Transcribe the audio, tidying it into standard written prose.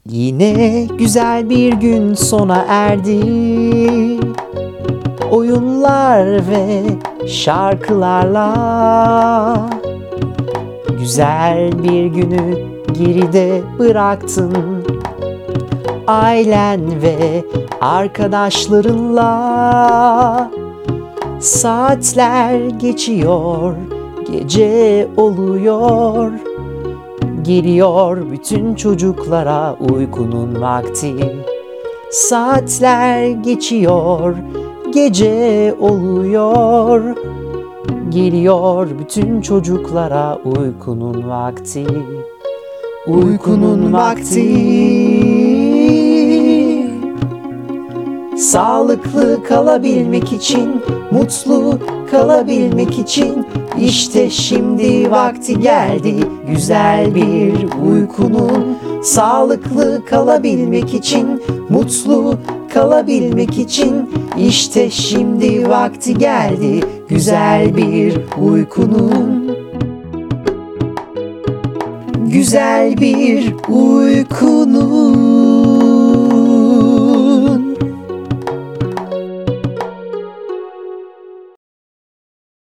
Yine güzel bir gün sona erdi. Oyunlar ve şarkılarla güzel bir günü geride bıraktın. Ailen ve arkadaşlarınla saatler geçiyor, gece oluyor. Geliyor bütün çocuklara uykunun vakti. Saatler geçiyor, gece oluyor. Geliyor bütün çocuklara uykunun vakti. Uykunun vakti. Sağlıklı kalabilmek için, mutlu kalabilmek için işte şimdi vakti geldi güzel bir uykunun. Sağlıklı kalabilmek için, mutlu kalabilmek için işte şimdi vakti geldi güzel bir uykunun. Güzel bir uykunun.